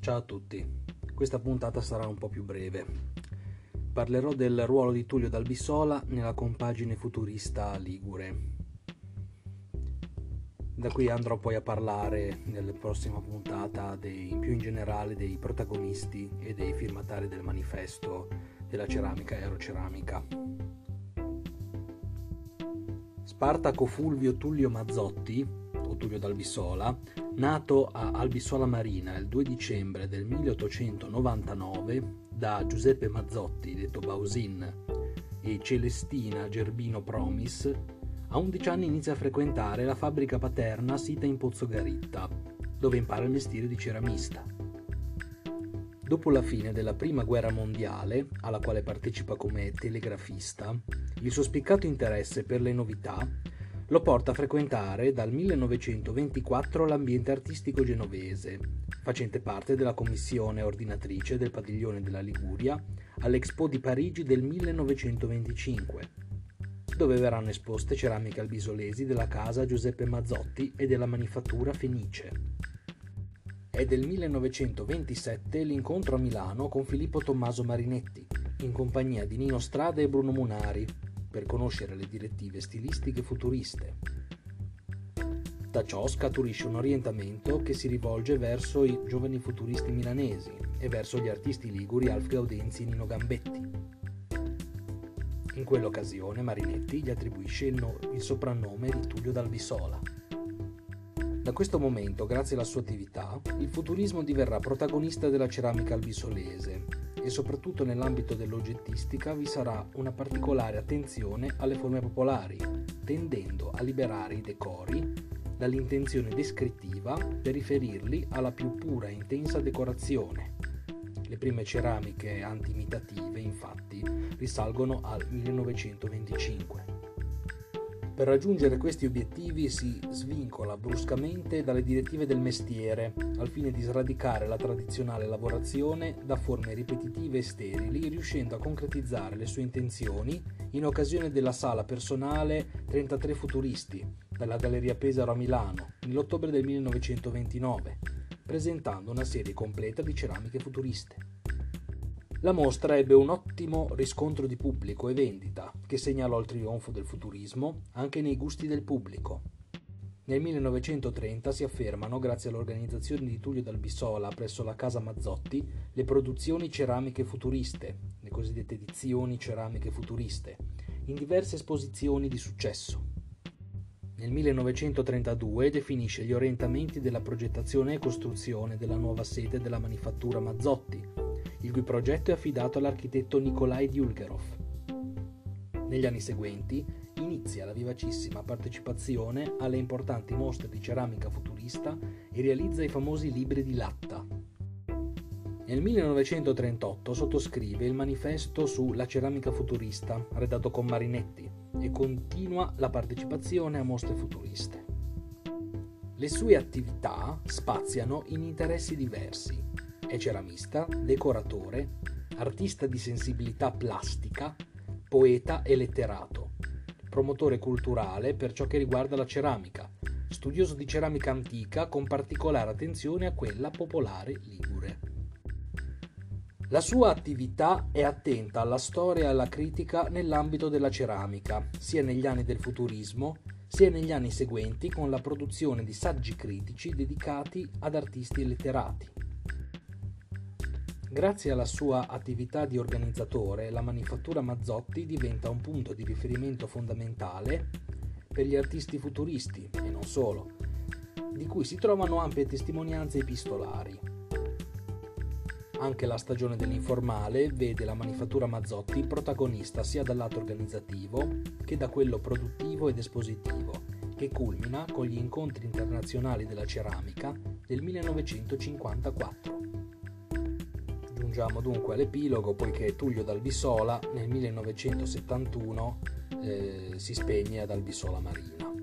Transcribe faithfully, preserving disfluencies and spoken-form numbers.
Ciao a tutti, questa puntata sarà un po' più breve. Parlerò del ruolo di Tullio Dal Bissola nella compagine futurista ligure. Da qui andrò poi a parlare nella prossima puntata dei, più in generale dei protagonisti e dei firmatari del manifesto della ceramica e aeroceramica. Spartaco Fulvio Tullio Mazzotti, o Tullio Dal Bissola, nato a Albissola Marina il due dicembre del milleottocentonovantanove da Giuseppe Mazzotti, detto Bausin, e Celestina Gerbino Promis, a undici anni inizia a frequentare la fabbrica paterna sita in Pozzogaritta, dove impara il mestiere di ceramista. Dopo la fine della Prima Guerra Mondiale, alla quale partecipa come telegrafista, il suo spiccato interesse per le novità lo porta a frequentare dal millenovecentoventiquattro l'ambiente artistico genovese, facente parte della commissione ordinatrice del Padiglione della Liguria all'Expo di Parigi del millenovecentoventicinque, dove verranno esposte ceramiche albisolesi della casa Giuseppe Mazzotti e della manifattura Fenice. È del millenovecentoventisette l'incontro a Milano con Filippo Tommaso Marinetti, in compagnia di Nino Strada e Bruno Munari, per conoscere le direttive stilistiche futuriste. Da ciò scaturisce un orientamento che si rivolge verso i giovani futuristi milanesi e verso gli artisti liguri Alf Gaudenzi e Nino Gambetti. In quell'occasione Marinetti gli attribuisce il, no- il soprannome di Tullio Dal Bissola. Da questo momento, grazie alla sua attività, il futurismo diverrà protagonista della ceramica albisolese e soprattutto nell'ambito dell'oggettistica vi sarà una particolare attenzione alle forme popolari, tendendo a liberare i decori dall'intenzione descrittiva per riferirli alla più pura e intensa decorazione. Le prime ceramiche anti-imitative, infatti, risalgono al millenovecentoventicinque. Per raggiungere questi obiettivi si svincola bruscamente dalle direttive del mestiere, al fine di sradicare la tradizionale lavorazione da forme ripetitive e sterili, riuscendo a concretizzare le sue intenzioni in occasione della sala personale trentatré Futuristi, dalla Galleria Pesaro a Milano, nell'ottobre del millenovecentoventinove, presentando una serie completa di ceramiche futuriste. La mostra ebbe un ottimo riscontro di pubblico e vendita, che segnalò il trionfo del futurismo anche nei gusti del pubblico. Nel millenovecentotrenta si affermano, grazie all'organizzazione di Tullio Dal Bissola presso la casa Mazzotti, le produzioni ceramiche futuriste, le cosiddette edizioni ceramiche futuriste, in diverse esposizioni di successo. Nel millenovecentotrentadue definisce gli orientamenti della progettazione e costruzione della nuova sede della manifattura Mazzotti, il cui progetto è affidato all'architetto Nikolai Dyulgerov. Negli anni seguenti inizia la vivacissima partecipazione alle importanti mostre di ceramica futurista e realizza i famosi libri di latta. Nel millenovecentotrentotto sottoscrive il manifesto sulla ceramica futurista, redatto con Marinetti, e continua la partecipazione a mostre futuriste. Le sue attività spaziano in interessi diversi. È ceramista, decoratore, artista di sensibilità plastica, poeta e letterato, promotore culturale per ciò che riguarda la ceramica, studioso di ceramica antica con particolare attenzione a quella popolare ligure. La sua attività è attenta alla storia e alla critica nell'ambito della ceramica, sia negli anni del futurismo, sia negli anni seguenti con la produzione di saggi critici dedicati ad artisti e letterati. Grazie alla sua attività di organizzatore, la manifattura Mazzotti diventa un punto di riferimento fondamentale per gli artisti futuristi, e non solo, di cui si trovano ampie testimonianze epistolari. Anche la stagione dell'informale vede la manifattura Mazzotti protagonista sia dal lato organizzativo che da quello produttivo ed espositivo, che culmina con gli incontri internazionali della ceramica del millenovecentocinquantaquattro. Giungiamo dunque all'epilogo, poiché Tullio Dal Bissola nel millenovecentosettantuno eh, si spegne ad Albissola Marina.